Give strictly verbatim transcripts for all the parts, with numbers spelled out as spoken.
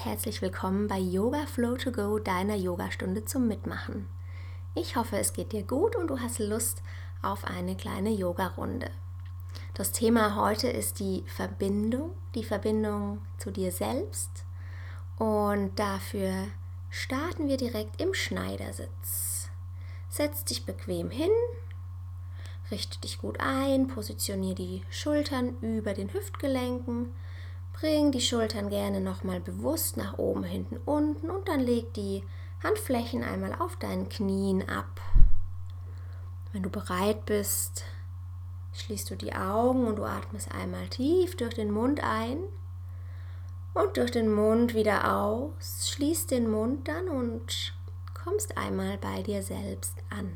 herzlich willkommen bei Yoga Flow to Go, deiner Yogastunde zum Mitmachen. Ich hoffe, es geht dir gut und du hast Lust auf eine kleine Yogarunde. Das Thema heute ist die Verbindung, die Verbindung zu dir selbst, und dafür starten wir direkt im Schneidersitz. Setz dich bequem hin, richte dich gut ein, positioniere die Schultern über den Hüftgelenken. Bring die Schultern gerne nochmal bewusst nach oben, hinten, unten und dann leg die Handflächen einmal auf deinen Knien ab. Wenn du bereit bist, schließt du die Augen und du atmest einmal tief durch den Mund ein und durch den Mund wieder aus. Schließ den Mund dann und kommst einmal bei dir selbst an.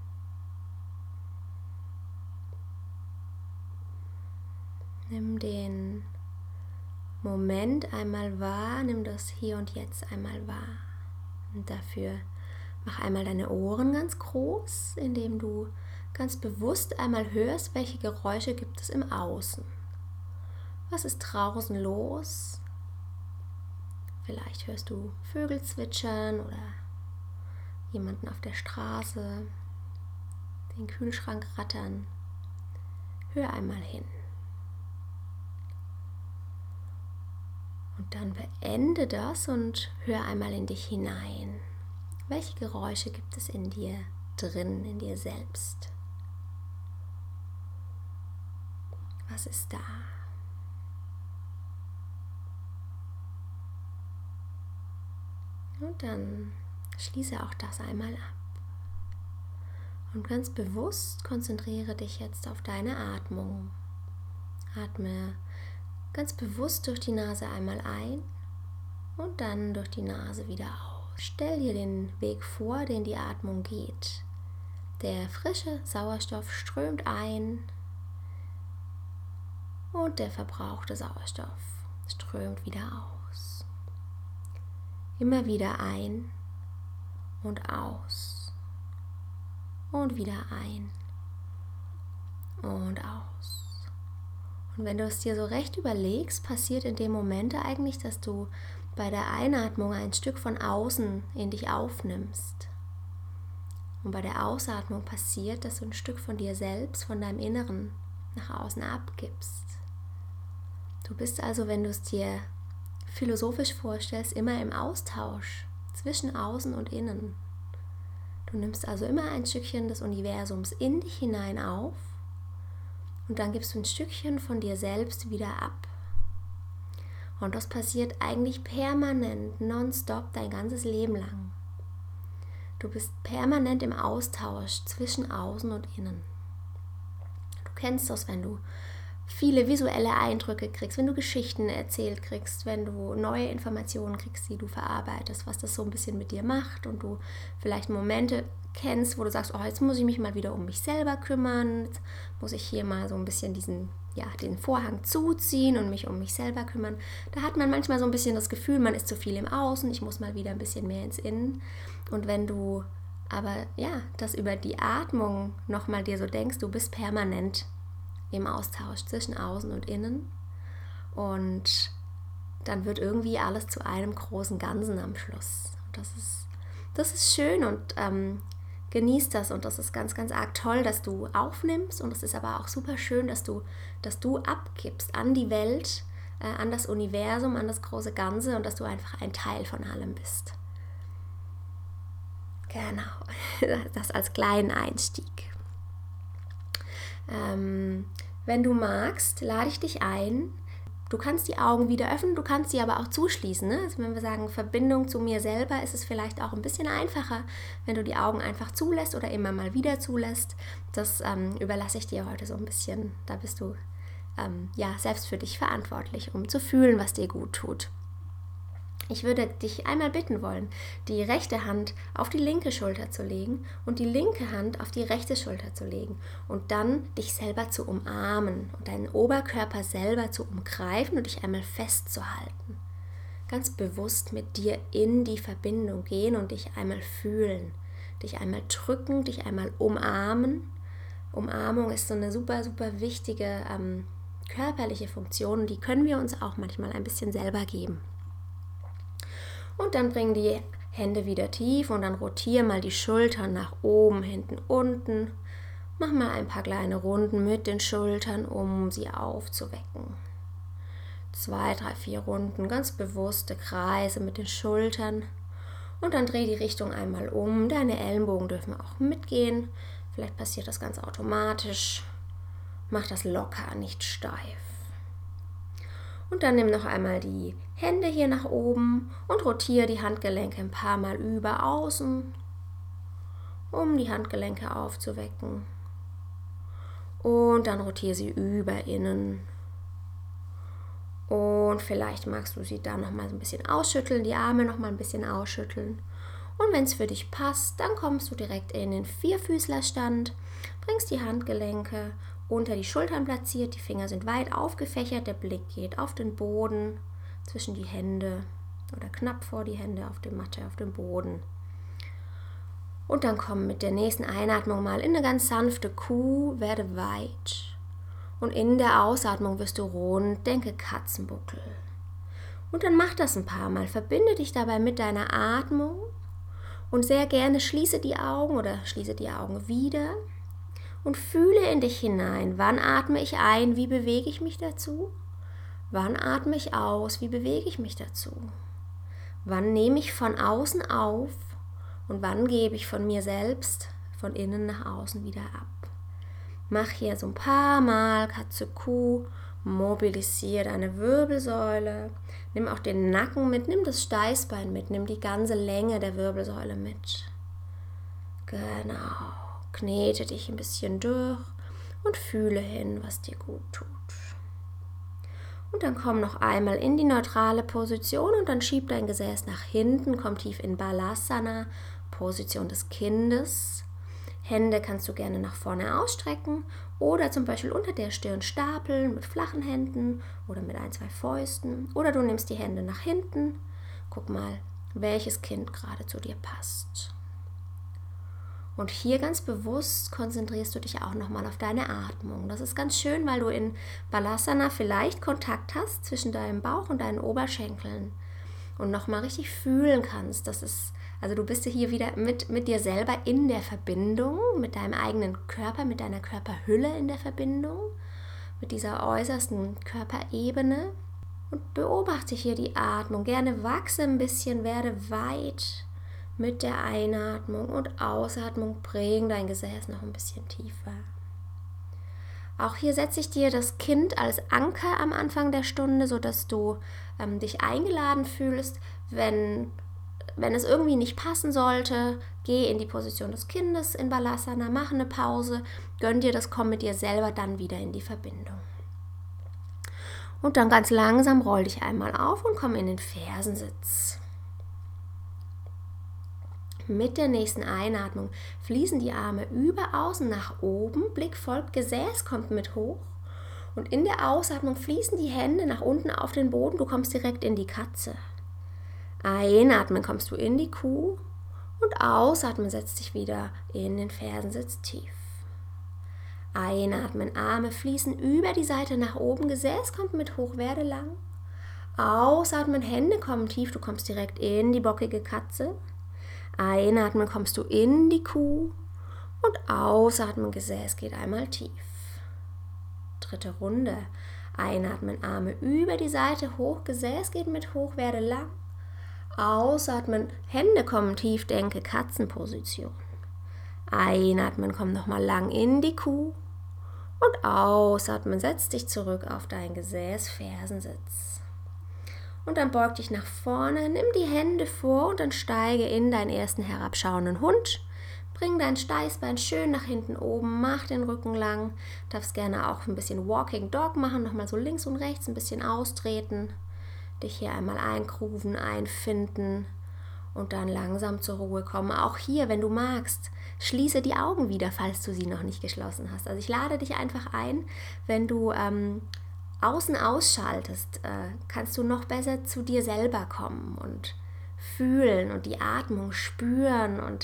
Nimm den Moment einmal wahr, nimm das Hier und Jetzt einmal wahr. Und dafür mach einmal deine Ohren ganz groß, indem du ganz bewusst einmal hörst, welche Geräusche gibt es im Außen. Was ist draußen los? Vielleicht hörst du Vögel zwitschern oder jemanden auf der Straße, den Kühlschrank rattern. Hör einmal hin. Und dann beende das und hör einmal in dich hinein. Welche Geräusche gibt es in dir drin, in dir selbst? Was ist da? Und dann schließe auch das einmal ab. Und ganz bewusst konzentriere dich jetzt auf deine Atmung. Atme ganz bewusst durch die Nase einmal ein und dann durch die Nase wieder aus. Stell dir den Weg vor, den die Atmung geht. Der frische Sauerstoff strömt ein und der verbrauchte Sauerstoff strömt wieder aus. Immer wieder ein und aus und wieder ein und aus. Und wenn du es dir so recht überlegst, passiert in dem Moment eigentlich, dass du bei der Einatmung ein Stück von außen in dich aufnimmst. Und bei der Ausatmung passiert, dass du ein Stück von dir selbst, von deinem Inneren nach außen abgibst. Du bist also, wenn du es dir philosophisch vorstellst, immer im Austausch zwischen Außen und Innen. Du nimmst also immer ein Stückchen des Universums in dich hinein auf. Und dann gibst du ein Stückchen von dir selbst wieder ab. Und das passiert eigentlich permanent, nonstop, dein ganzes Leben lang. Du bist permanent im Austausch zwischen Außen und Innen. Du kennst das, wenn du viele visuelle Eindrücke kriegst, wenn du Geschichten erzählt kriegst, wenn du neue Informationen kriegst, die du verarbeitest, was das so ein bisschen mit dir macht und du vielleicht Momente kennst, wo du sagst, oh, jetzt muss ich mich mal wieder um mich selber kümmern, jetzt muss ich hier mal so ein bisschen diesen, ja, den Vorhang zuziehen und mich um mich selber kümmern. Da hat man manchmal so ein bisschen das Gefühl, man ist zu viel im Außen, ich muss mal wieder ein bisschen mehr ins Innen. Und wenn du aber, ja, das über die Atmung nochmal dir so denkst, du bist permanent im Austausch zwischen Außen und Innen und dann wird irgendwie alles zu einem großen Ganzen am Schluss. Und das ist, das ist schön und ähm, genieß das und das ist ganz, ganz arg toll, dass du aufnimmst und es ist aber auch super schön, dass du, dass du abgibst an die Welt, äh, an das Universum, an das große Ganze und dass du einfach ein Teil von allem bist. Genau, das als kleinen Einstieg. Ähm, wenn du magst, lade ich dich ein. Du kannst die Augen wieder öffnen, du kannst sie aber auch zuschließen. Ne? Also wenn wir sagen Verbindung zu mir selber, ist es vielleicht auch ein bisschen einfacher, wenn du die Augen einfach zulässt oder immer mal wieder zulässt. Das ähm, überlasse ich dir heute so ein bisschen. Da bist du ähm, ja selbst für dich verantwortlich, um zu fühlen, was dir gut tut. Ich würde dich einmal bitten wollen, die rechte Hand auf die linke Schulter zu legen und die linke Hand auf die rechte Schulter zu legen und dann dich selber zu umarmen und deinen Oberkörper selber zu umgreifen und dich einmal festzuhalten. Ganz bewusst mit dir in die Verbindung gehen und dich einmal fühlen, dich einmal drücken, dich einmal umarmen. Umarmung ist so eine super, super wichtige ähm, körperliche Funktion und die können wir uns auch manchmal ein bisschen selber geben. Und dann bring die Hände wieder tief und dann rotiere mal die Schultern nach oben, hinten, unten. Mach mal ein paar kleine Runden mit den Schultern, um sie aufzuwecken. Zwei, drei, vier Runden, ganz bewusste Kreise mit den Schultern. Und dann dreh die Richtung einmal um. Deine Ellenbogen dürfen auch mitgehen. Vielleicht passiert das ganz automatisch. Mach das locker, nicht steif. Und dann nimm noch einmal die Hände hier nach oben und rotiere die Handgelenke ein paar Mal über außen, um die Handgelenke aufzuwecken. Und dann rotiere sie über innen. Und vielleicht magst du sie dann noch mal so ein bisschen ausschütteln, die Arme noch mal ein bisschen ausschütteln. Und wenn es für dich passt, dann kommst du direkt in den Vierfüßlerstand, bringst die Handgelenke unter die Schultern platziert, die Finger sind weit aufgefächert, der Blick geht auf den Boden, zwischen die Hände oder knapp vor die Hände auf der Matte, auf dem Boden. Und dann komm mit der nächsten Einatmung mal in eine ganz sanfte Kuh, werde weit. Und in der Ausatmung wirst du rund, denke Katzenbuckel. Und dann mach das ein paar Mal, verbinde dich dabei mit deiner Atmung und sehr gerne schließe die Augen oder schließe die Augen wieder. Und fühle in dich hinein, wann atme ich ein, wie bewege ich mich dazu? Wann atme ich aus, wie bewege ich mich dazu? Wann nehme ich von außen auf und wann gebe ich von mir selbst, von innen nach außen wieder ab? Mach hier so ein paar Mal Katze, Kuh, mobilisiere deine Wirbelsäule, nimm auch den Nacken mit, nimm das Steißbein mit, nimm die ganze Länge der Wirbelsäule mit. Genau. Knete dich ein bisschen durch und fühle hin, was dir gut tut. Und dann komm noch einmal in die neutrale Position und dann schieb dein Gesäß nach hinten, komm tief in Balasana, Position des Kindes. Hände kannst du gerne nach vorne ausstrecken oder zum Beispiel unter der Stirn stapeln mit flachen Händen oder mit ein, zwei Fäusten. Oder du nimmst die Hände nach hinten. Guck mal, welches Kind gerade zu dir passt. Und hier ganz bewusst konzentrierst du dich auch nochmal auf deine Atmung. Das ist ganz schön, weil du in Balasana vielleicht Kontakt hast zwischen deinem Bauch und deinen Oberschenkeln und nochmal richtig fühlen kannst. Das ist, also du bist hier wieder mit, mit dir selber in der Verbindung, mit deinem eigenen Körper, mit deiner Körperhülle in der Verbindung, mit dieser äußersten Körperebene. Und beobachte hier die Atmung. Gerne wachse ein bisschen, werde weit. Mit der Einatmung und Ausatmung bring dein Gesäß noch ein bisschen tiefer. Auch hier setze ich dir das Kind als Anker am Anfang der Stunde, sodass du ähm, dich eingeladen fühlst. Wenn, wenn es irgendwie nicht passen sollte, geh in die Position des Kindes in Balasana, mach eine Pause, gönn dir das, komm mit dir selber dann wieder in die Verbindung. Und dann ganz langsam roll dich einmal auf und komm in den Fersensitz. Mit der nächsten Einatmung fließen die Arme über außen nach oben, Blick folgt, Gesäß kommt mit hoch und in der Ausatmung fließen die Hände nach unten auf den Boden, du kommst direkt in die Katze. Einatmen kommst du in die Kuh und ausatmen setzt dich wieder in den Fersensitz tief. Einatmen, Arme fließen über die Seite nach oben, Gesäß kommt mit hoch, werde lang. Ausatmen, Hände kommen tief, du kommst direkt in die bockige Katze. Einatmen kommst du in die Kuh und ausatmen, Gesäß geht einmal tief. Dritte Runde. Einatmen, Arme über die Seite hoch, Gesäß geht mit hoch, werde lang. Ausatmen, Hände kommen tief, denke Katzenposition. Einatmen, komm nochmal lang in die Kuh und ausatmen, setz dich zurück auf dein Gesäß, Fersensitz. Und dann beug dich nach vorne, nimm die Hände vor und dann steige in deinen ersten herabschauenden Hund. Bring dein Steißbein schön nach hinten oben, mach den Rücken lang. Darfst gerne auch ein bisschen Walking Dog machen, nochmal so links und rechts ein bisschen austreten. Dich hier einmal eingrooven, einfinden und dann langsam zur Ruhe kommen. Auch hier, wenn du magst, schließe die Augen wieder, falls du sie noch nicht geschlossen hast. Also ich lade dich einfach ein, wenn du ähm, außen ausschaltest, äh, kannst du noch besser zu dir selber kommen und fühlen und die Atmung spüren und,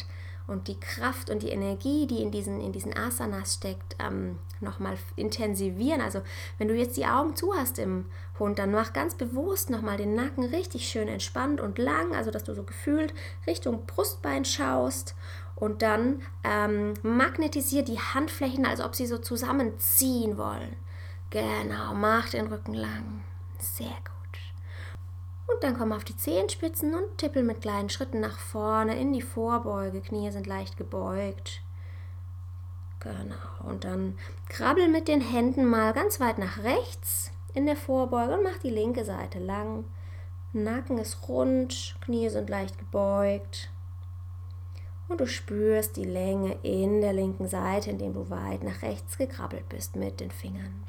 und die Kraft und die Energie, die in diesen, in diesen Asanas steckt, ähm, nochmal intensivieren. Also wenn du jetzt die Augen zu hast im Hund, dann mach ganz bewusst nochmal den Nacken richtig schön entspannt und lang, also dass du so gefühlt Richtung Brustbein schaust. Und dann ähm, magnetisier die Handflächen, als ob sie so zusammenziehen wollen. Genau, mach den Rücken lang. Sehr gut. Und dann komm auf die Zehenspitzen und tippel mit kleinen Schritten nach vorne in die Vorbeuge. Knie sind leicht gebeugt. Genau. Und dann krabbel mit den Händen mal ganz weit nach rechts in der Vorbeuge und mach die linke Seite lang. Nacken ist rund, Knie sind leicht gebeugt. Und du spürst die Länge in der linken Seite, indem du weit nach rechts gekrabbelt bist mit den Fingern.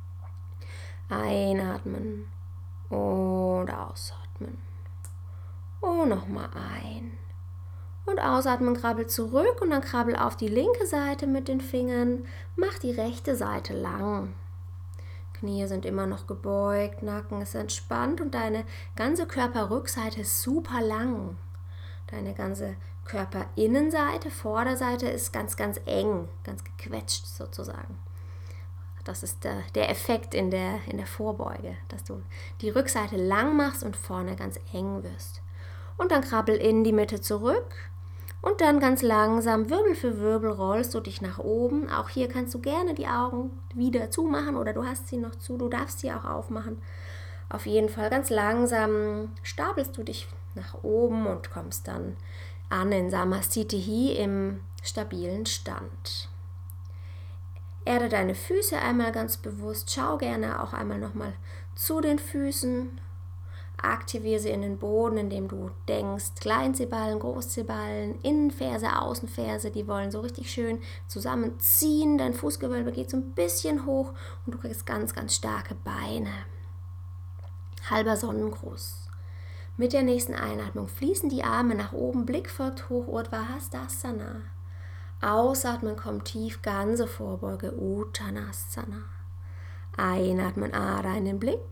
Einatmen und ausatmen. Und nochmal ein. Und ausatmen, krabbel zurück und dann krabbel auf die linke Seite mit den Fingern. Mach die rechte Seite lang. Knie sind immer noch gebeugt, Nacken ist entspannt und deine ganze Körperrückseite ist super lang. Deine ganze Körperinnenseite, Vorderseite ist ganz, ganz eng, ganz gequetscht sozusagen. Das ist der, der Effekt in der, in der Vorbeuge, dass du die Rückseite lang machst und vorne ganz eng wirst. Und dann krabbel in die Mitte zurück und dann ganz langsam, Wirbel für Wirbel, rollst du dich nach oben. Auch hier kannst du gerne die Augen wieder zumachen oder du hast sie noch zu, du darfst sie auch aufmachen. Auf jeden Fall ganz langsam stapelst du dich nach oben und kommst dann an in Samasthiti im stabilen Stand. Erde deine Füße einmal ganz bewusst, schau gerne auch einmal nochmal zu den Füßen, aktiviere sie in den Boden, indem du denkst, Kleinzehballen, Großzehballen, Innenferse, Außenferse, die wollen so richtig schön zusammenziehen, dein Fußgewölbe geht so ein bisschen hoch und du kriegst ganz, ganz starke Beine. Halber Sonnengruß. Mit der nächsten Einatmung fließen die Arme nach oben, Blick folgt hoch, Urdhva Hastasana. Ausatmen, kommt tief, ganze Vorbeuge, Uttanasana. Einatmen, Adha in den Blick.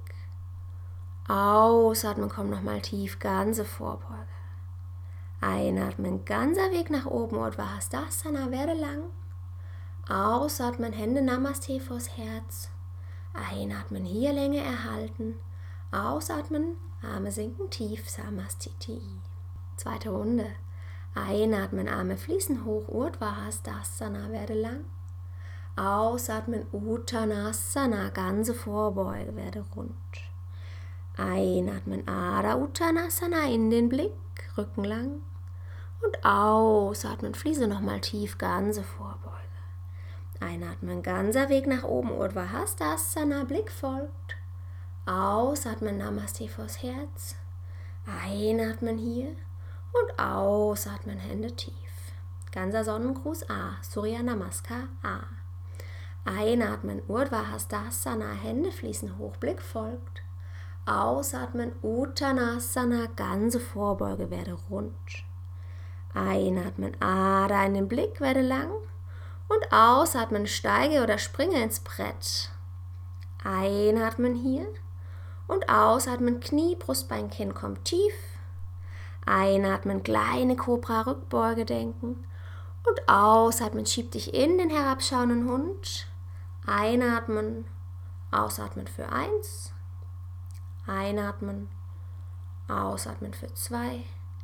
Ausatmen, komm nochmal tief, ganze Vorbeuge. Einatmen, ganzer Weg nach oben, Urdhva Hastasana, werde lang. Ausatmen, Hände Namaste vors Herz. Einatmen, hier Länge erhalten. Ausatmen, Arme sinken tief, Samasthiti. Zweite Runde. Einatmen, Arme fließen hoch, Urdhva Hastasana, werde lang. Ausatmen, Uttanasana, ganze Vorbeuge, werde rund. Einatmen, Adha Uttanasana, in den Blick, Rücken lang. Und ausatmen, fließe nochmal tief, ganze Vorbeuge. Einatmen, ganzer Weg nach oben, Urdhva Hastasana, Blick folgt. Ausatmen, Namaste vors Herz. Einatmen hier und ausatmen, Hände tief. Ganzer Sonnengruß A, Surya Namaskar A. Einatmen, Urdhva Hastasana, Hände fließen hoch, Blick folgt. Ausatmen, Uttanasana, ganze Vorbeuge, werde rund. Einatmen, Adha in den Blick, werde lang. Und ausatmen, steige oder springe ins Brett. Einatmen hier. Und ausatmen, Knie, Brustbein, Kinn kommt tief. Einatmen, kleine Kobra, Rückbeuge denken. Und ausatmen, schieb dich in den herabschauenden Hund. Einatmen, ausatmen für eins. Einatmen, ausatmen für zwei.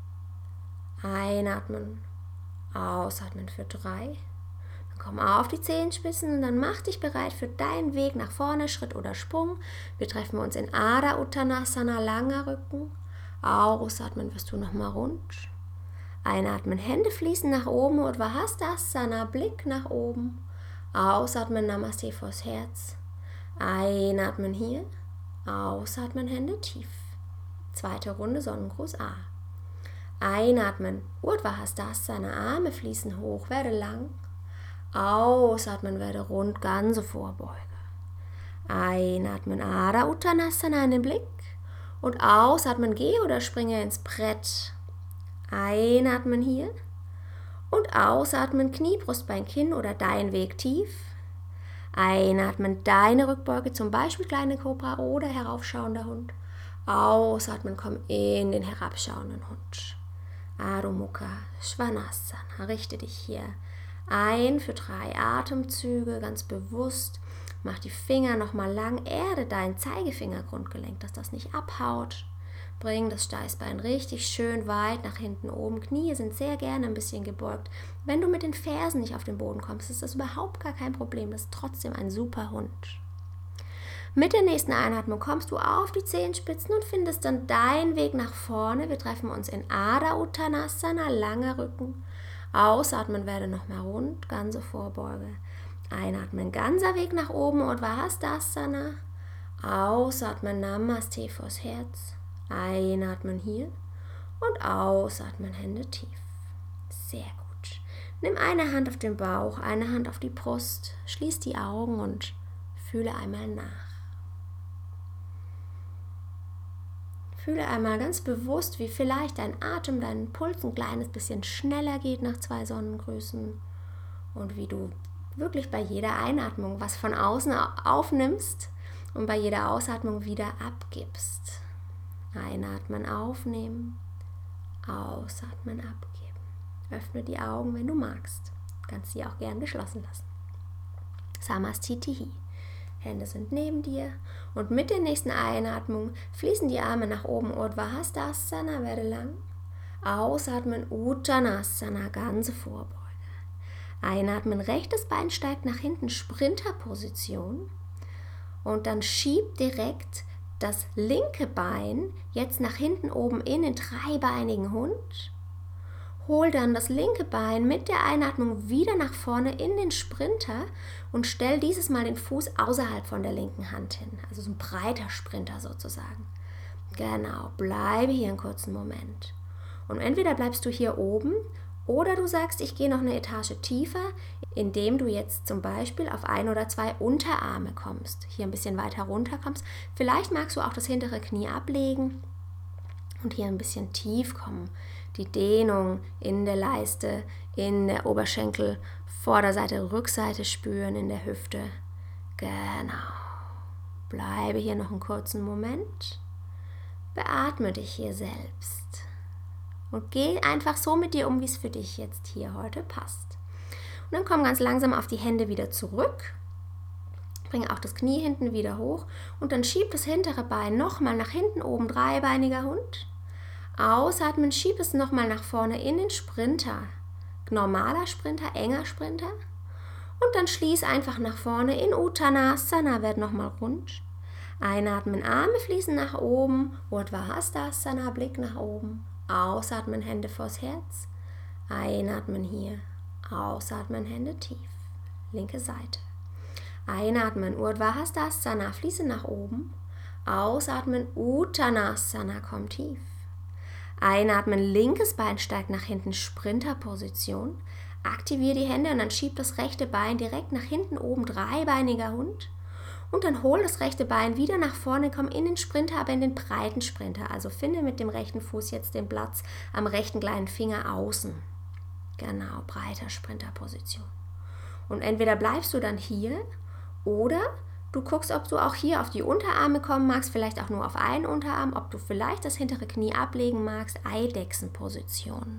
Einatmen, ausatmen für drei. Komm auf die Zehenspitzen und dann mach dich bereit für deinen Weg nach vorne, Schritt oder Sprung. Wir treffen uns in Adha Uttanasana, langer Rücken. Ausatmen wirst du nochmal rund. Einatmen, Hände fließen nach oben, Urdhva Hastasana, Blick nach oben. Ausatmen, Namaste vors Herz. Einatmen hier. Ausatmen, Hände tief. Zweite Runde, Sonnengruß A. Einatmen, Urdhva Hastasana, Arme fließen hoch, werde lang. Ausatmen, werde rund, ganze Vorbeuge. Einatmen, Adha Uttanasana in den Blick. Und ausatmen, gehe oder springe ins Brett. Einatmen hier. Und ausatmen, Knie, Brustbein, Kinn oder dein Weg tief. Einatmen, deine Rückbeuge, zum Beispiel kleine Kobra oder heraufschauender Hund. Ausatmen, komm in den herabschauenden Hund. Adho Mukha Svanasana. Richte dich hier ein für drei Atemzüge, ganz bewusst. Mach die Finger nochmal lang, erde dein Zeigefinger-Grundgelenk, dass das nicht abhaut. Bring das Steißbein richtig schön weit nach hinten oben. Knie sind sehr gerne ein bisschen gebeugt. Wenn du mit den Fersen nicht auf den Boden kommst, ist das überhaupt gar kein Problem. Das ist trotzdem ein super Hund. Mit der nächsten Einatmung kommst du auf die Zehenspitzen und findest dann deinen Weg nach vorne. Wir treffen uns in Ardha Uttanasana, langer Rücken. Ausatmen, werde nochmal rund, ganze Vorbeuge. Einatmen, ganzer Weg nach oben, Urdhva Hastasana. Ausatmen, Namaste vors Herz. Einatmen hier und ausatmen, Hände tief. Sehr gut. Nimm eine Hand auf den Bauch, eine Hand auf die Brust, schließ die Augen und fühle einmal nach. Fühle einmal ganz bewusst, wie vielleicht dein Atem, dein Puls ein kleines bisschen schneller geht nach zwei Sonnengrüßen und wie du wirklich bei jeder Einatmung was von außen aufnimmst und bei jeder Ausatmung wieder abgibst. Einatmen, aufnehmen, ausatmen, abgeben. Öffne die Augen, wenn du magst. Du kannst sie auch gern geschlossen lassen. Samastitihi. Hände sind neben dir und mit der nächsten Einatmung fließen die Arme nach oben, Urdhva Hastasana, werde lang. Ausatmen, Uttanasana, ganze Vorbeuge. Einatmen, rechtes Bein steigt nach hinten, Sprinterposition. Und dann schieb direkt das linke Bein jetzt nach hinten oben in den dreibeinigen Hund. Hol dann das linke Bein mit der Einatmung wieder nach vorne in den Sprinter und stell dieses Mal den Fuß außerhalb von der linken Hand hin. Also so ein breiter Sprinter sozusagen. Genau, bleibe hier einen kurzen Moment. Und entweder bleibst du hier oben oder du sagst, ich gehe noch eine Etage tiefer, indem du jetzt zum Beispiel auf ein oder zwei Unterarme kommst. Hier ein bisschen weiter runter kommst. Vielleicht magst du auch das hintere Knie ablegen und hier ein bisschen tief kommen. Die Dehnung in der Leiste, in der Oberschenkel, Vorderseite, Rückseite spüren, in der Hüfte. Genau. Bleibe hier noch einen kurzen Moment. Beatme dich hier selbst. Und geh einfach so mit dir um, wie es für dich jetzt hier heute passt. Und dann komm ganz langsam auf die Hände wieder zurück. Bring auch das Knie hinten wieder hoch. Und dann schieb das hintere Bein nochmal nach hinten oben, dreibeiniger Hund. Ausatmen, schieb es nochmal nach vorne in den Sprinter. Normaler Sprinter, enger Sprinter. Und dann schließ einfach nach vorne in Uttanasana, werd nochmal rund. Einatmen, Arme fließen nach oben. Urdhva Hastasana, Blick nach oben. Ausatmen, Hände vors Herz. Einatmen hier. Ausatmen, Hände tief. Linke Seite. Einatmen, Urdhva Hastasana, fließe nach oben. Ausatmen, Uttanasana, komm tief. Einatmen, linkes Bein steigt nach hinten, Sprinterposition. Aktiviere die Hände und dann schieb das rechte Bein direkt nach hinten oben, dreibeiniger Hund. Und dann hol das rechte Bein wieder nach vorne, komm in den Sprinter, aber in den breiten Sprinter. Also finde mit dem rechten Fuß jetzt den Platz am rechten kleinen Finger außen. Genau, breiter Sprinterposition. Und entweder bleibst du dann hier oder du guckst, ob du auch hier auf die Unterarme kommen magst, vielleicht auch nur auf einen Unterarm, ob du vielleicht das hintere Knie ablegen magst, Eidechsenposition.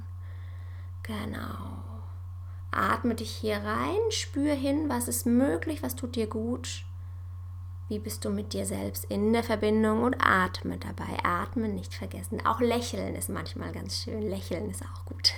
Genau. Atme dich hier rein, spür hin, was ist möglich, was tut dir gut. Wie bist du mit dir selbst in der Verbindung und atme dabei. Atmen nicht vergessen. Auch lächeln ist manchmal ganz schön. Lächeln ist auch gut.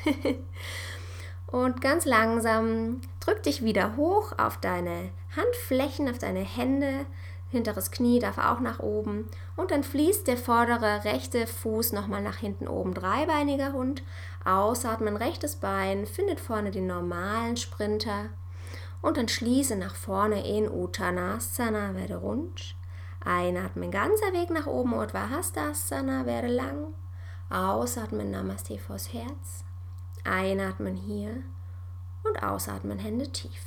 Und ganz langsam drück dich wieder hoch auf deine Handflächen, auf deine Hände. Hinteres Knie darf auch nach oben. Und dann fließt der vordere rechte Fuß nochmal nach hinten oben. Dreibeiniger Hund. Ausatmen, rechtes Bein. Findet vorne den normalen Sprinter. Und dann schließe nach vorne in Uttanasana, werde rund. Einatmen, ganzer Weg nach oben, Urdhva Hastasana, werde lang. Ausatmen, Namaste vors Herz. Einatmen hier und ausatmen, Hände tief.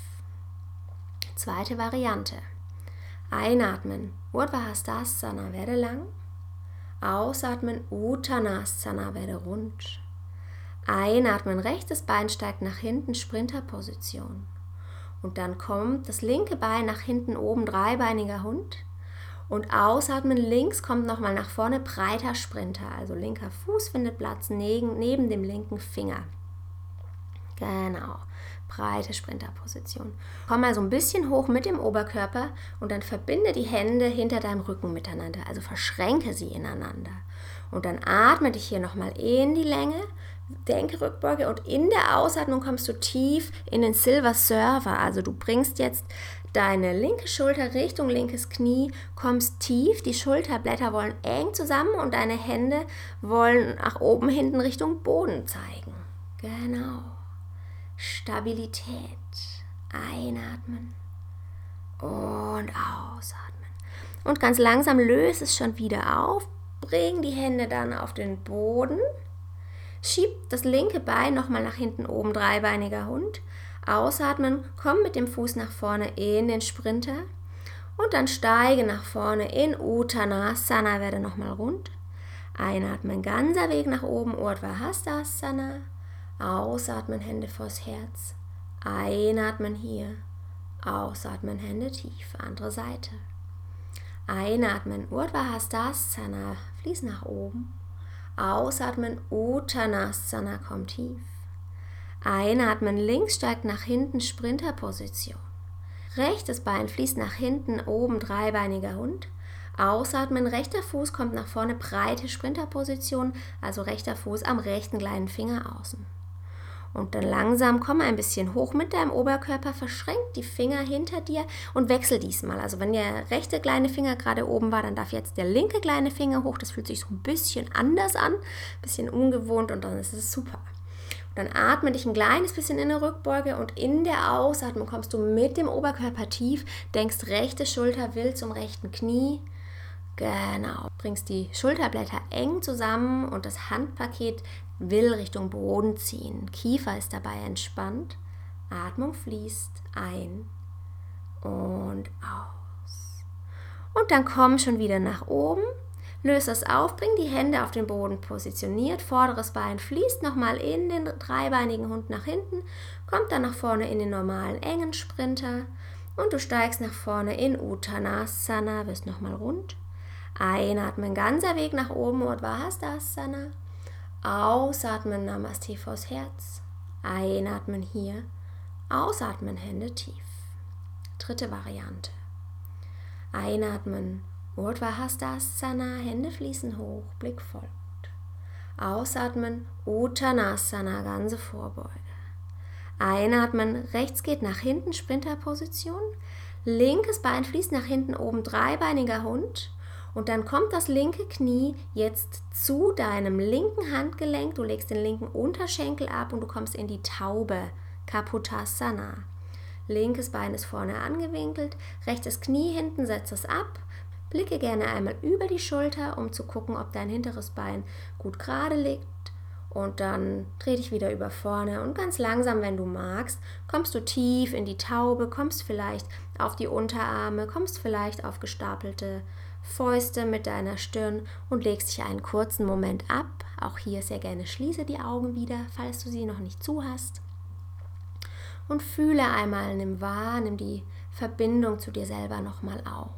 Zweite Variante. Einatmen, Urdhva Hastasana, werde lang. Ausatmen, Uttanasana, werde rund. Einatmen, rechtes Bein steigt nach hinten, Sprinterposition. Und dann kommt das linke Bein nach hinten oben, dreibeiniger Hund. Und ausatmen, links kommt nochmal nach vorne, breiter Sprinter. Also linker Fuß findet Platz neben, neben dem linken Finger. Genau, breite Sprinterposition. Komm mal so ein bisschen hoch mit dem Oberkörper und dann verbinde die Hände hinter deinem Rücken miteinander. Also verschränke sie ineinander. Und dann atme dich hier nochmal in die Länge, denke Rückbeuge und in der Ausatmung kommst du tief in den Silver Surfer. Also du bringst jetzt deine linke Schulter Richtung linkes Knie, kommst tief, die Schulterblätter wollen eng zusammen und deine Hände wollen nach oben, hinten Richtung Boden zeigen. Genau. Stabilität. Einatmen und ausatmen. Und ganz langsam löse es schon wieder auf. Bring die Hände dann auf den Boden. Schieb das linke Bein nochmal nach hinten oben, dreibeiniger Hund. Ausatmen, komm mit dem Fuß nach vorne in den Sprinter und dann steige nach vorne in Uttanasana, werde nochmal rund. Einatmen, ganzer Weg nach oben, Urdhva Hastasana. Ausatmen, Hände vors Herz. Einatmen hier. Ausatmen, Hände tief, andere Seite. Einatmen, Urdhva Hastasana, fließ nach oben. Ausatmen, Uttanasana, komm tief. Einatmen, links steigt nach hinten, Sprinterposition. Rechtes Bein fließt nach hinten, oben dreibeiniger Hund. Ausatmen, rechter Fuß kommt nach vorne, breite Sprinterposition, also rechter Fuß am rechten kleinen Finger außen. Und dann langsam komm ein bisschen hoch mit deinem Oberkörper, verschränk die Finger hinter dir und wechsel diesmal. Also wenn der rechte kleine Finger gerade oben war, dann darf jetzt der linke kleine Finger hoch. Das fühlt sich so ein bisschen anders an, ein bisschen ungewohnt und dann ist es super. Dann atme dich ein kleines bisschen in eine Rückbeuge und in der Ausatmung kommst du mit dem Oberkörper tief, denkst rechte Schulter will zum rechten Knie. Genau. Bringst die Schulterblätter eng zusammen und das Handpaket will Richtung Boden ziehen. Kiefer ist dabei entspannt. Atmung fließt ein und aus. Und dann komm schon wieder nach oben. Löse es auf, bring die Hände auf den Boden positioniert, vorderes Bein fließt nochmal in den dreibeinigen Hund nach hinten, kommt dann nach vorne in den normalen engen Sprinter und du steigst nach vorne in Uttanasana, wirst nochmal rund. Einatmen, ganzer Weg nach oben, Urdhva Hastasana. Ausatmen, Namaste vors Herz. Einatmen hier, ausatmen, Hände tief. Dritte Variante. Einatmen, Urdhva Hastasana, Hände fließen hoch, Blick folgt. Ausatmen, Uttanasana, ganze Vorbeuge. Einatmen, rechts geht nach hinten, Sprinterposition. Linkes Bein fließt nach hinten, oben dreibeiniger Hund. Und dann kommt das linke Knie jetzt zu deinem linken Handgelenk. Du legst den linken Unterschenkel ab und du kommst in die Taube, Kapotasana. Linkes Bein ist vorne angewinkelt, rechtes Knie hinten, setz es ab. Blicke gerne einmal über die Schulter, um zu gucken, ob dein hinteres Bein gut gerade liegt. Und dann dreh dich wieder über vorne und ganz langsam, wenn du magst, kommst du tief in die Taube, kommst vielleicht auf die Unterarme, kommst vielleicht auf gestapelte Fäuste mit deiner Stirn und legst dich einen kurzen Moment ab. Auch hier sehr gerne schließe die Augen wieder, falls du sie noch nicht zu hast. Und fühle einmal, nimm wahr, nimm die Verbindung zu dir selber nochmal auf.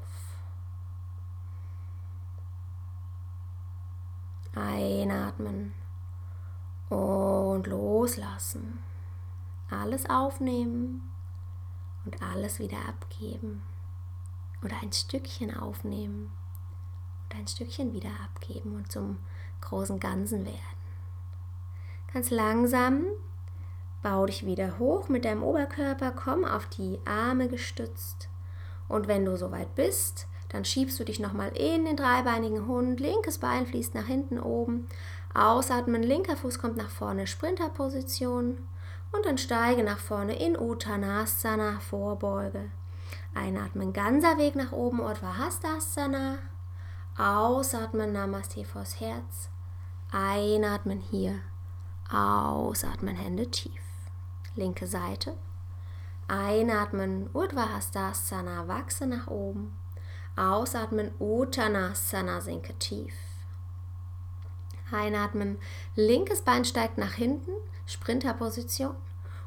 Einatmen und loslassen. Alles aufnehmen und alles wieder abgeben. Oder ein Stückchen aufnehmen und ein Stückchen wieder abgeben und zum großen Ganzen werden. Ganz langsam bau dich wieder hoch mit deinem Oberkörper, komm auf die Arme gestützt und wenn du soweit bist, dann schiebst du dich nochmal in den dreibeinigen Hund, linkes Bein fließt nach hinten oben, ausatmen, linker Fuß kommt nach vorne, Sprinterposition und dann steige nach vorne in Uttanasana, Vorbeuge. Einatmen, ganzer Weg nach oben, Urdhva Hastasana. Ausatmen, Namaste vors Herz. Einatmen hier. Ausatmen, Hände tief. Linke Seite. Einatmen, Urdhva Hastasana, wachse nach oben. Ausatmen, Uttanasana, sinke tief. Einatmen, linkes Bein steigt nach hinten, Sprinterposition.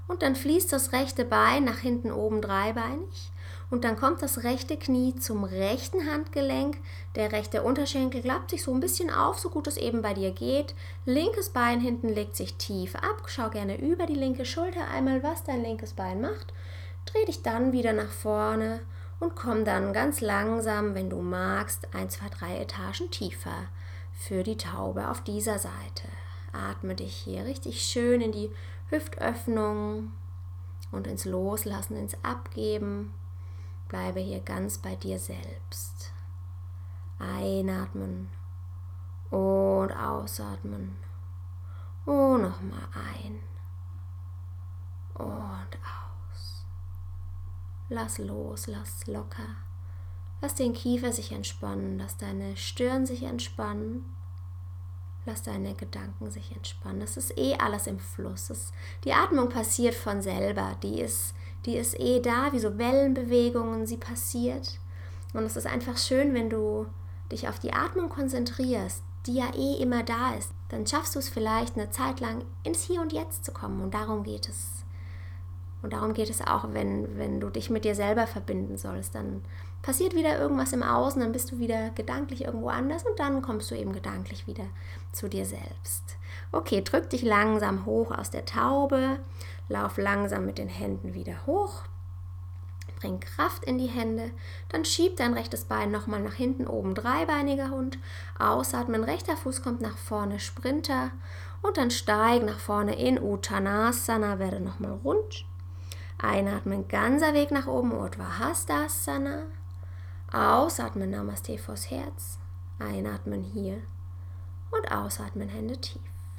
Und dann fließt das rechte Bein nach hinten oben dreibeinig. Und dann kommt das rechte Knie zum rechten Handgelenk. Der rechte Unterschenkel klappt sich so ein bisschen auf, so gut es eben bei dir geht. Linkes Bein hinten legt sich tief ab. Schau gerne über die linke Schulter einmal, was dein linkes Bein macht. Dreh dich dann wieder nach vorne und komm dann ganz langsam, wenn du magst, ein, zwei, drei Etagen tiefer für die Taube auf dieser Seite. Atme dich hier richtig schön in die Hüftöffnung und ins Loslassen, ins Abgeben. Bleibe hier ganz bei dir selbst. Einatmen und ausatmen. Und nochmal ein und aus. Lass los, lass locker. Lass den Kiefer sich entspannen, lass deine Stirn sich entspannen. Lass deine Gedanken sich entspannen. Das ist eh alles im Fluss. Das, die Atmung passiert von selber. Die ist, die ist eh da, wie so Wellenbewegungen, sie passiert. Und es ist einfach schön, wenn du dich auf die Atmung konzentrierst, die ja eh immer da ist. Dann schaffst du es vielleicht eine Zeit lang ins Hier und Jetzt zu kommen. Und darum geht es. Und darum geht es auch, wenn, wenn du dich mit dir selber verbinden sollst. Dann passiert wieder irgendwas im Außen, dann bist du wieder gedanklich irgendwo anders und dann kommst du eben gedanklich wieder zu dir selbst. Okay, drück dich langsam hoch aus der Taube, lauf langsam mit den Händen wieder hoch, bring Kraft in die Hände, dann schieb dein rechtes Bein nochmal nach hinten oben, dreibeiniger Hund, ausatmen, rechter Fuß kommt nach vorne, Sprinter und dann steig nach vorne in Uttanasana, werde nochmal rund. Einatmen, ganzer Weg nach oben, Urdhva Hastasana. Ausatmen, Namaste vors Herz. Einatmen hier und ausatmen, Hände tief.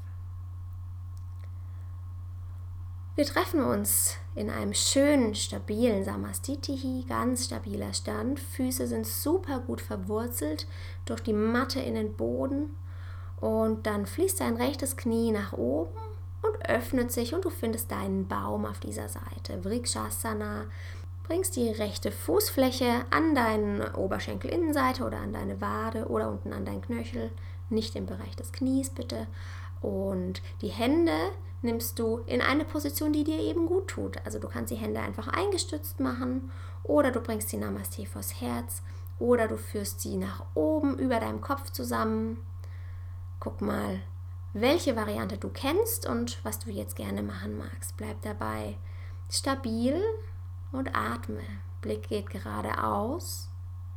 Wir treffen uns in einem schönen, stabilen Samastitihi, ganz stabiler Stand. Füße sind super gut verwurzelt durch die Matte in den Boden. Und dann fließt dein rechtes Knie nach oben und öffnet sich und du findest deinen Baum auf dieser Seite. Vrikshasana. Bringst die rechte Fußfläche an deine Oberschenkelinnenseite oder an deine Wade oder unten an deinen Knöchel, nicht im Bereich des Knies bitte. Und die Hände nimmst du in eine Position, die dir eben gut tut. Also du kannst die Hände einfach eingestützt machen oder du bringst sie Namaste vors Herz oder du führst sie nach oben über deinem Kopf zusammen. Guck mal, welche Variante du kennst und was du jetzt gerne machen magst. Bleib dabei stabil und atme. Blick geht geradeaus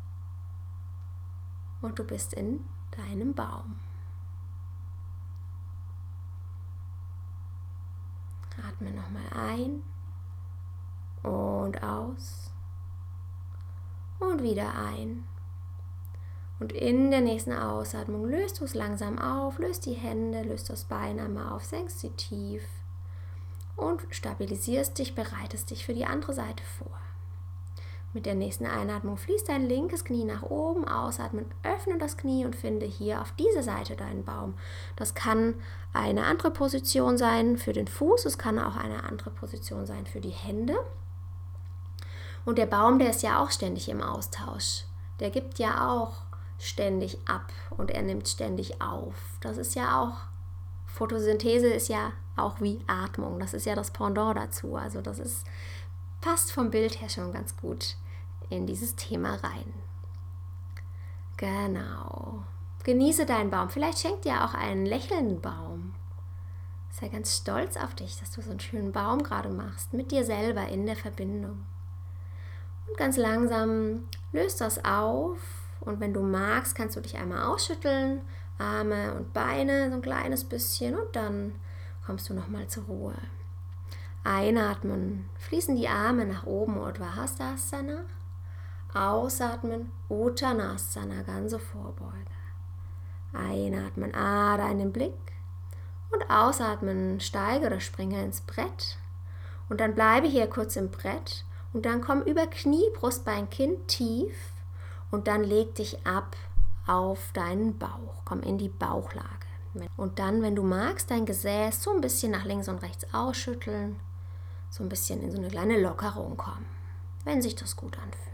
und du bist in deinem Baum. Atme nochmal ein und aus und wieder ein. Und in der nächsten Ausatmung löst du es langsam auf, löst die Hände, löst das Bein einmal auf, senkst sie tief und stabilisierst dich, bereitest dich für die andere Seite vor. Mit der nächsten Einatmung fließt dein linkes Knie nach oben, ausatmen, öffne das Knie und finde hier auf dieser Seite deinen Baum. Das kann eine andere Position sein für den Fuß, es kann auch eine andere Position sein für die Hände. Und der Baum, der ist ja auch ständig im Austausch. Der gibt ja auch ständig ab und er nimmt ständig auf. Das ist ja auch, Photosynthese ist ja auch wie Atmung. Das ist ja das Pendant dazu. Also das ist, passt vom Bild her schon ganz gut in dieses Thema rein. Genau. Genieße deinen Baum. Vielleicht schenkt dir auch einen lächelnden Baum. Sei ganz stolz auf dich, dass du so einen schönen Baum gerade machst, mit dir selber in der Verbindung. Und ganz langsam löst das auf und wenn du magst, kannst du dich einmal ausschütteln, Arme und Beine so ein kleines bisschen und dann kommst du nochmal zur Ruhe. Einatmen, fließen die Arme nach oben, Urdhva Hastasana. Ausatmen, Uttanasana, ganze Vorbeuge. Einatmen, ader in den Blick und ausatmen, steige oder springe ins Brett und dann bleibe hier kurz im Brett und dann komm über Knie, Brustbein, Kinn tief und dann leg dich ab auf deinen Bauch, komm in die Bauchlage und dann, wenn du magst, dein Gesäß so ein bisschen nach links und rechts ausschütteln, so ein bisschen in so eine kleine Lockerung kommen, wenn sich das gut anfühlt.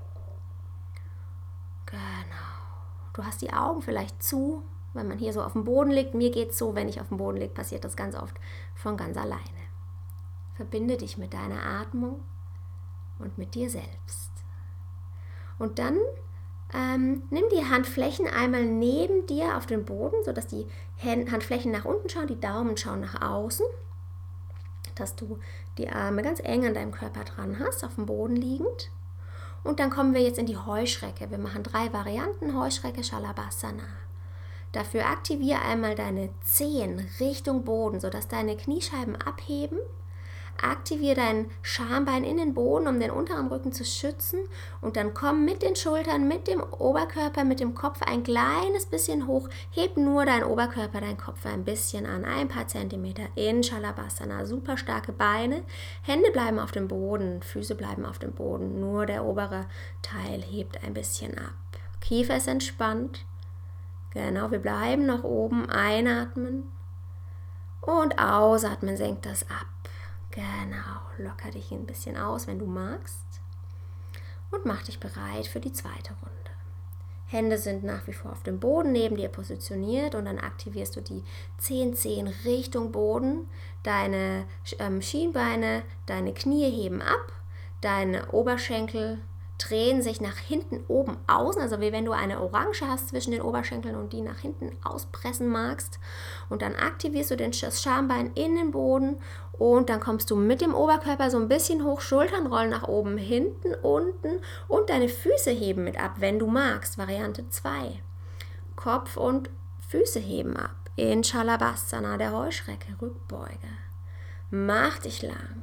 Genau. Du hast die Augen vielleicht zu, wenn man hier so auf dem Boden liegt. Mir geht es so, wenn ich auf dem Boden liege, passiert das ganz oft von ganz alleine. Verbinde dich mit deiner Atmung und mit dir selbst. Und dann ähm, nimm die Handflächen einmal neben dir auf den Boden, sodass die Handflächen nach unten schauen, die Daumen schauen nach außen, dass du die Arme ganz eng an deinem Körper dran hast, auf dem Boden liegend. Und dann kommen wir jetzt in die Heuschrecke. Wir machen drei Varianten Heuschrecke, Shalabhasana. Dafür aktiviere einmal deine Zehen Richtung Boden, sodass deine Kniescheiben abheben. Aktiviere dein Schambein in den Boden, um den unteren Rücken zu schützen. Und dann komm mit den Schultern, mit dem Oberkörper, mit dem Kopf ein kleines bisschen hoch. Heb nur deinen Oberkörper, deinen Kopf ein bisschen an, ein paar Zentimeter in Shalabhasana. Super starke Beine. Hände bleiben auf dem Boden, Füße bleiben auf dem Boden. Nur der obere Teil hebt ein bisschen ab. Kiefer ist entspannt. Genau, wir bleiben noch oben. Einatmen und ausatmen, senkt das ab. Genau, locker dich ein bisschen aus, wenn du magst. Und mach dich bereit für die zweite Runde. Hände sind nach wie vor auf dem Boden neben dir positioniert und dann aktivierst du die Zehen, Zehen Richtung Boden. Deine ähm, Schienbeine, deine Knie heben ab, deine Oberschenkel drehen sich nach hinten oben außen, also wie wenn du eine Orange hast zwischen den Oberschenkeln und die nach hinten auspressen magst. Und dann aktivierst du das Schambein in den Boden und dann kommst du mit dem Oberkörper so ein bisschen hoch, Schultern rollen nach oben, hinten, unten und deine Füße heben mit ab, wenn du magst. Variante zwei. Kopf und Füße heben ab. In Shalabhasana, der Heuschrecke, Rückbeuge. Mach dich lang.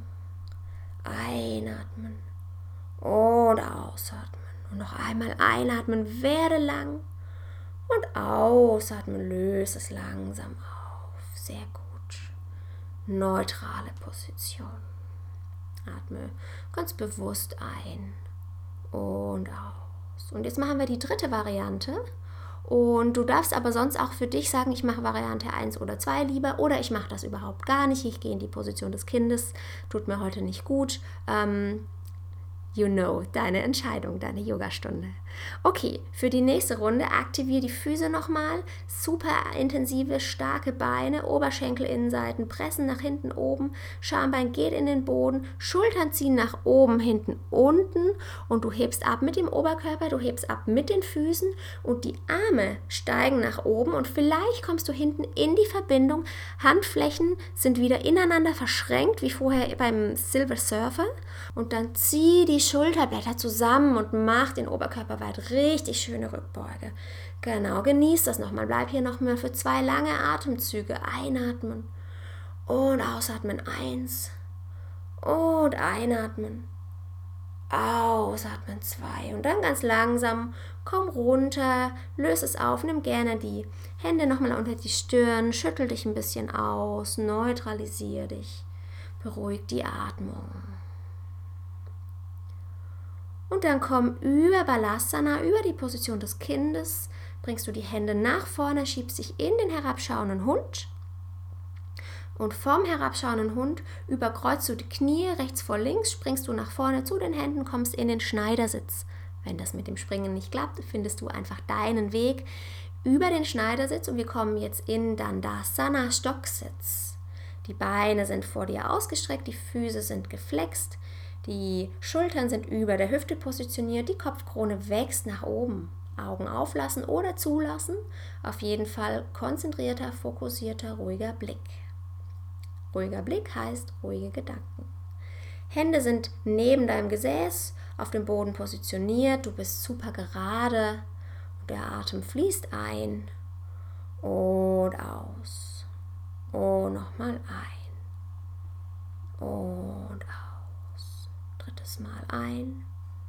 Einatmen. Und ausatmen. Und noch einmal einatmen, werde lang. Und ausatmen, löse es langsam auf. Sehr gut. Neutrale Position. Atme ganz bewusst ein und aus. Und jetzt machen wir die dritte Variante. Und du darfst aber sonst auch für dich sagen, ich mache Variante eins oder zwei lieber oder ich mache das überhaupt gar nicht. Ich gehe in die Position des Kindes. Tut mir heute nicht gut. Ähm, You know, deine Entscheidung, deine Yogastunde. Okay, für die nächste Runde aktiviere die Füße nochmal. Super intensive, starke Beine, Oberschenkelinnenseiten, pressen nach hinten oben, Schambein geht in den Boden, Schultern ziehen nach oben, hinten, unten und du hebst ab mit dem Oberkörper, du hebst ab mit den Füßen und die Arme steigen nach oben und vielleicht kommst du hinten in die Verbindung. Handflächen sind wieder ineinander verschränkt, wie vorher beim Silver Surfer und dann zieh die Schulterblätter zusammen und mach den Oberkörper weit. Richtig schöne Rückbeuge. Genau, genieß das nochmal. Bleib hier nochmal für zwei lange Atemzüge. Einatmen und ausatmen. Eins und einatmen. Ausatmen. Zwei. Und dann ganz langsam komm runter, löse es auf, nimm gerne die Hände nochmal unter die Stirn, schüttel dich ein bisschen aus, neutralisiere dich, beruhig die Atmung. Und dann komm über Balasana, über die Position des Kindes, bringst du die Hände nach vorne, schiebst dich in den herabschauenden Hund. Und vom herabschauenden Hund überkreuzt du die Knie rechts vor links, springst du nach vorne zu den Händen, kommst in den Schneidersitz. Wenn das mit dem Springen nicht klappt, findest du einfach deinen Weg über den Schneidersitz und wir kommen jetzt in Dandasana, Stocksitz. Die Beine sind vor dir ausgestreckt, die Füße sind geflext. Die Schultern sind über der Hüfte positioniert, die Kopfkrone wächst nach oben. Augen auflassen oder zulassen. Auf jeden Fall konzentrierter, fokussierter, ruhiger Blick. Ruhiger Blick heißt ruhige Gedanken. Hände sind neben deinem Gesäß auf dem Boden positioniert. Du bist super gerade. Und der Atem fließt ein und aus. Und nochmal ein und aus. Drittes Mal ein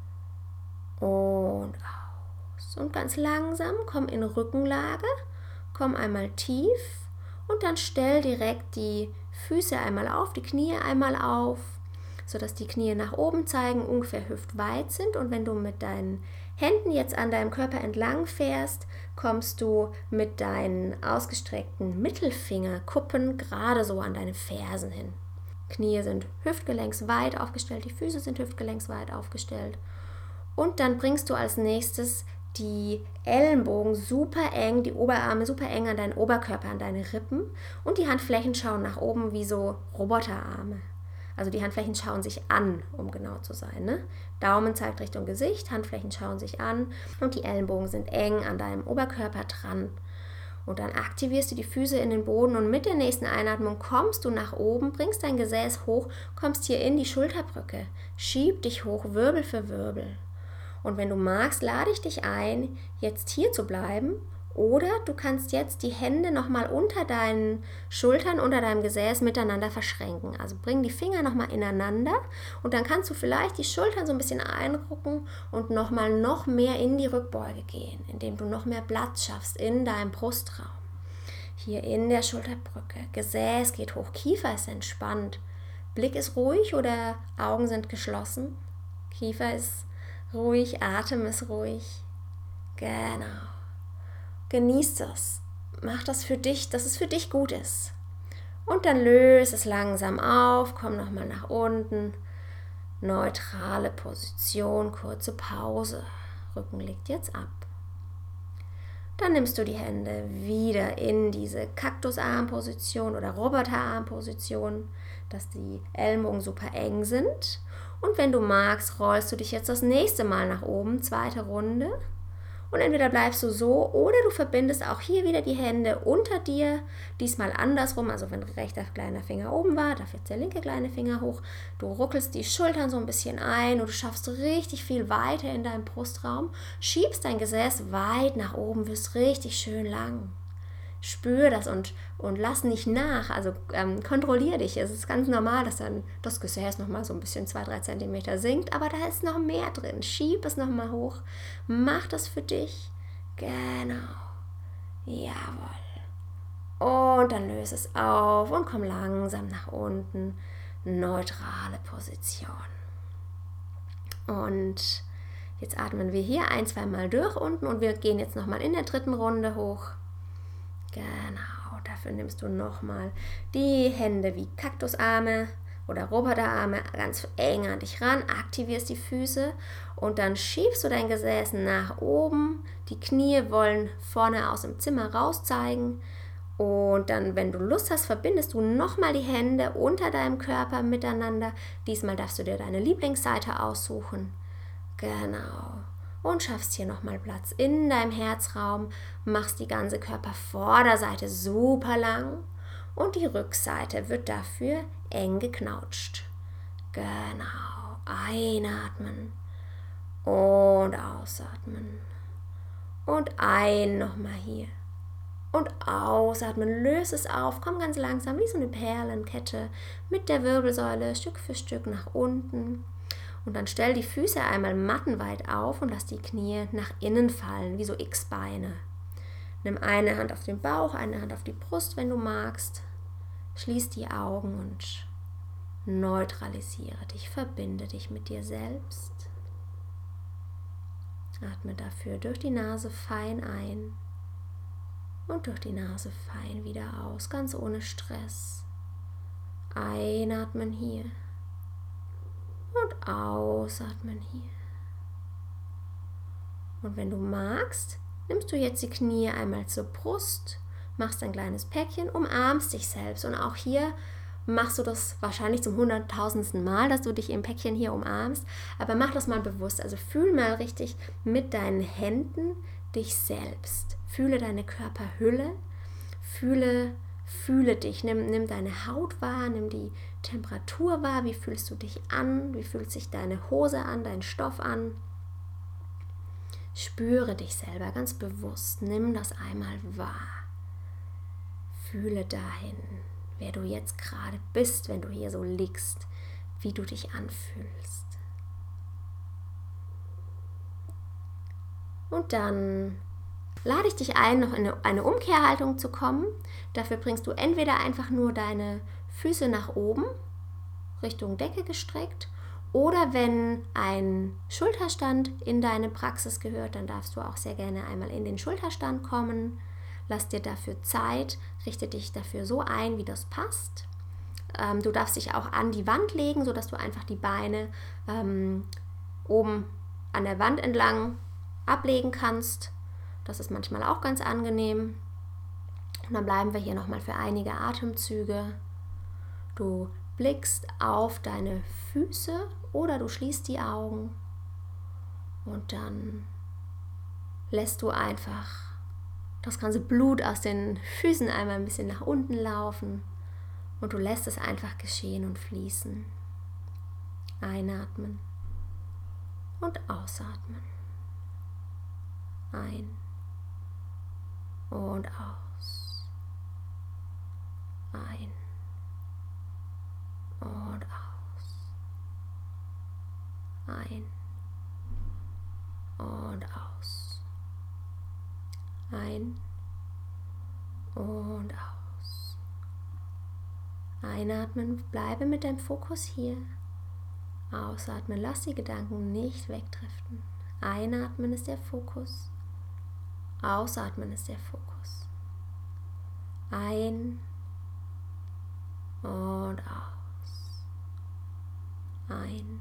und aus. Und ganz langsam komm in Rückenlage, komm einmal tief und dann stell direkt die Füße einmal auf, die Knie einmal auf, sodass die Knie nach oben zeigen, ungefähr hüftweit sind. Und wenn du mit deinen Händen jetzt an deinem Körper entlang fährst, kommst du mit deinen ausgestreckten Mittelfingerkuppen gerade so an deine Fersen hin. Knie sind hüftgelenksweit aufgestellt, die Füße sind hüftgelenksweit aufgestellt. Und dann bringst du als nächstes die Ellenbogen super eng, die Oberarme super eng an deinen Oberkörper, an deine Rippen und die Handflächen schauen nach oben wie so Roboterarme. Also die Handflächen schauen sich an, um genau zu sein. Ne? Daumen zeigt Richtung Gesicht, Handflächen schauen sich an und die Ellenbogen sind eng an deinem Oberkörper dran. Und dann aktivierst du die Füße in den Boden und mit der nächsten Einatmung kommst du nach oben, bringst dein Gesäß hoch, kommst hier in die Schulterbrücke, schieb dich hoch, Wirbel für Wirbel. Und wenn du magst, lade ich dich ein, jetzt hier zu bleiben. Oder du kannst jetzt die Hände nochmal unter deinen Schultern, unter deinem Gesäß miteinander verschränken. Also bring die Finger nochmal ineinander und dann kannst du vielleicht die Schultern so ein bisschen einrücken und nochmal noch mehr in die Rückbeuge gehen, indem du noch mehr Platz schaffst in deinem Brustraum. Hier in der Schulterbrücke. Gesäß geht hoch, Kiefer ist entspannt. Blick ist ruhig oder Augen sind geschlossen. Kiefer ist ruhig, Atem ist ruhig. Genau. Genieß das. Mach das für dich, dass es für dich gut ist. Und dann löse es langsam auf, komm nochmal nach unten. Neutrale Position, kurze Pause. Rücken liegt jetzt ab. Dann nimmst du die Hände wieder in diese Kaktusarmposition oder Roboterarmposition, dass die Ellenbogen super eng sind. Und wenn du magst, rollst du dich jetzt das nächste Mal nach oben, zweite Runde. Und entweder bleibst du so oder du verbindest auch hier wieder die Hände unter dir, diesmal andersrum, also wenn rechter kleiner Finger oben war, darf jetzt der linke kleine Finger hoch. Du ruckelst die Schultern so ein bisschen ein und du schaffst richtig viel weiter in deinem Brustraum, schiebst dein Gesäß weit nach oben, wirst richtig schön lang. Spür das und, und lass nicht nach, also ähm, kontrollier dich. Es ist ganz normal, dass dann das Gesäß nochmal so ein bisschen zwei, drei Zentimeter sinkt, aber da ist noch mehr drin. Schieb es nochmal hoch, mach das für dich. Genau, jawohl. Und dann löse es auf und komm langsam nach unten. Neutrale Position. Und jetzt atmen wir hier ein, zwei Mal durch unten und wir gehen jetzt nochmal in der dritten Runde hoch. Genau, dafür nimmst du nochmal die Hände wie Kaktusarme oder Roboterarme ganz eng an dich ran, aktivierst die Füße und dann schiebst du dein Gesäß nach oben. Die Knie wollen vorne aus dem Zimmer raus zeigen und dann, wenn du Lust hast, verbindest du nochmal die Hände unter deinem Körper miteinander. Diesmal darfst du dir deine Lieblingsseite aussuchen. Genau. Und schaffst hier nochmal Platz in deinem Herzraum, machst die ganze Körpervorderseite super lang und die Rückseite wird dafür eng geknautscht. Genau, einatmen und ausatmen und ein nochmal hier und ausatmen, löse es auf, komm ganz langsam wie so eine Perlenkette mit der Wirbelsäule Stück für Stück nach unten. Und dann stell die Füße einmal mattenweit auf und lass die Knie nach innen fallen, wie so X-Beine. Nimm eine Hand auf den Bauch, eine Hand auf die Brust, wenn du magst. Schließ die Augen und neutralisiere dich, verbinde dich mit dir selbst. Atme dafür durch die Nase fein ein und durch die Nase fein wieder aus, ganz ohne Stress. Einatmen hier. Und ausatmen hier. Und wenn du magst, nimmst du jetzt die Knie einmal zur Brust, machst ein kleines Päckchen, umarmst dich selbst. Und auch hier machst du das wahrscheinlich zum hunderttausendsten Mal, dass du dich im Päckchen hier umarmst. Aber mach das mal bewusst. Also fühl mal richtig mit deinen Händen dich selbst. Fühle deine Körperhülle, fühle Fühle dich, nimm, nimm deine Haut wahr, nimm die Temperatur wahr, wie fühlst du dich an, wie fühlt sich deine Hose an, dein Stoff an. Spüre dich selber ganz bewusst, nimm das einmal wahr. Fühle dahin, wer du jetzt gerade bist, wenn du hier so liegst, wie du dich anfühlst. Und dann lade ich dich ein, noch in eine, eine Umkehrhaltung zu kommen. Dafür bringst du entweder einfach nur deine Füße nach oben, Richtung Decke gestreckt, oder wenn ein Schulterstand in deine Praxis gehört, dann darfst du auch sehr gerne einmal in den Schulterstand kommen. Lass dir dafür Zeit, richte dich dafür so ein, wie das passt. Ähm, du darfst dich auch an die Wand legen, sodass du einfach die Beine ähm, oben an der Wand entlang ablegen kannst. Das ist manchmal auch ganz angenehm. Und dann bleiben wir hier nochmal für einige Atemzüge. Du blickst auf deine Füße oder du schließt die Augen und dann lässt du einfach das ganze Blut aus den Füßen einmal ein bisschen nach unten laufen und du lässt es einfach geschehen und fließen. Einatmen und ausatmen. Ein und aus. Ein und aus. Ein und aus. Ein und aus. Einatmen, bleibe mit deinem Fokus hier. Ausatmen, lass die Gedanken nicht wegdriften. Einatmen ist der Fokus. Ausatmen ist der Fokus. Ein und aus. Ein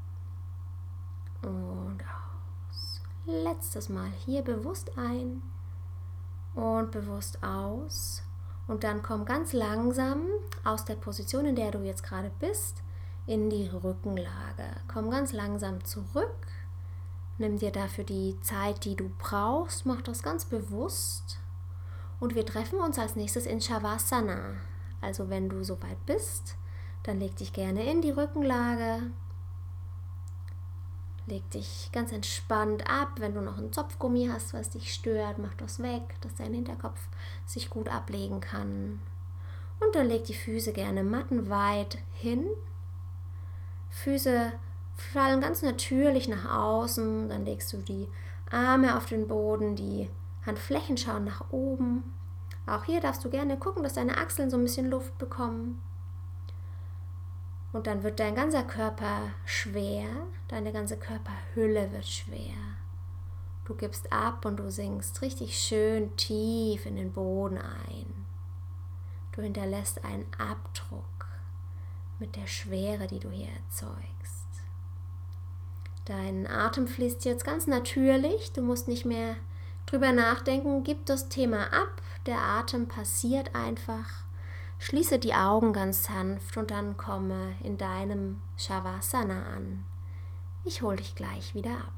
und aus. Letztes Mal hier bewusst ein und bewusst aus. Und dann komm ganz langsam aus der Position, in der du jetzt gerade bist, in die Rückenlage. Komm ganz langsam zurück. Nimm dir dafür die Zeit, die du brauchst. Mach das ganz bewusst. Und wir treffen uns als nächstes in Shavasana. Also wenn du soweit bist, dann leg dich gerne in die Rückenlage. Leg dich ganz entspannt ab. Wenn du noch ein Zopfgummi hast, was dich stört, mach das weg, dass dein Hinterkopf sich gut ablegen kann. Und dann leg die Füße gerne mattenweit hin. Füße fallen ganz natürlich nach außen. Dann legst du die Arme auf den Boden, die Handflächen schauen nach oben. Auch hier darfst du gerne gucken, dass deine Achseln so ein bisschen Luft bekommen. Und dann wird dein ganzer Körper schwer, deine ganze Körperhülle wird schwer. Du gibst ab und du sinkst richtig schön tief in den Boden ein. Du hinterlässt einen Abdruck mit der Schwere, die du hier erzeugst. Dein Atem fließt jetzt ganz natürlich, du musst nicht mehr drüber nachdenken, gib das Thema ab, der Atem passiert einfach. Schließe die Augen ganz sanft und dann komme in deinem Shavasana an. Ich hole dich gleich wieder ab.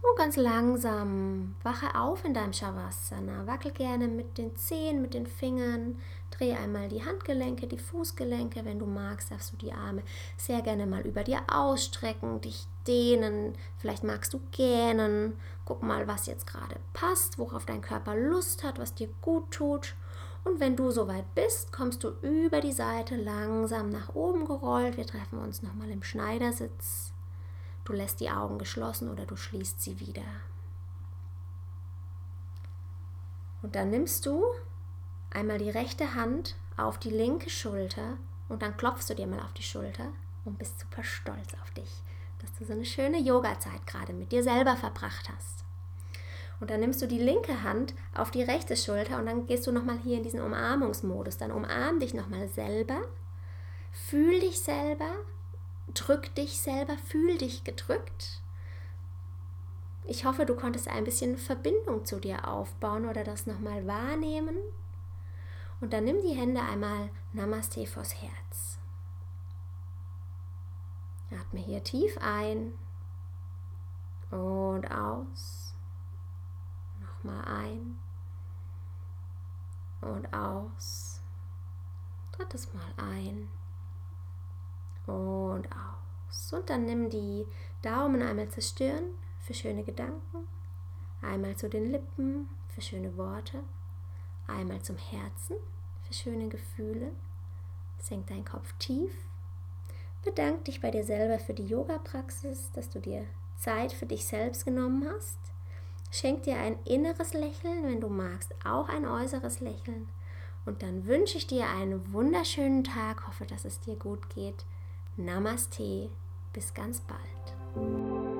Und ganz langsam wache auf in deinem Shavasana. Wackel gerne mit den Zehen, mit den Fingern. Dreh einmal die Handgelenke, die Fußgelenke. Wenn du magst, darfst du die Arme sehr gerne mal über dir ausstrecken, dich dehnen. Vielleicht magst du gähnen. Guck mal, was jetzt gerade passt, worauf dein Körper Lust hat, was dir gut tut. Und wenn du soweit bist, kommst du über die Seite langsam nach oben gerollt. Wir treffen uns nochmal im Schneidersitz. Du lässt die Augen geschlossen oder du schließt sie wieder. Und dann nimmst du einmal die rechte Hand auf die linke Schulter und dann klopfst du dir mal auf die Schulter und bist super stolz auf dich, dass du so eine schöne Yoga-Zeit gerade mit dir selber verbracht hast. Und dann nimmst du die linke Hand auf die rechte Schulter und dann gehst du nochmal hier in diesen Umarmungsmodus. Dann umarm dich nochmal selber, fühl dich selber, drück dich selber, fühl dich gedrückt. Ich hoffe, du konntest ein bisschen Verbindung zu dir aufbauen oder das nochmal wahrnehmen. Und dann nimm die Hände einmal Namaste vors Herz. Atme hier tief ein und aus. Nochmal ein und aus. Drittes Mal ein und aus. Und dann nimm die Daumen einmal zur Stirn für schöne Gedanken, einmal zu den Lippen für schöne Worte, einmal zum Herzen für schöne Gefühle. Senk deinen Kopf tief. Bedank dich bei dir selber für die Yoga-Praxis, dass du dir Zeit für dich selbst genommen hast. Schenk dir ein inneres Lächeln, wenn du magst, auch ein äußeres Lächeln. Und dann wünsche ich dir einen wunderschönen Tag, hoffe, dass es dir gut geht. Namaste, bis ganz bald.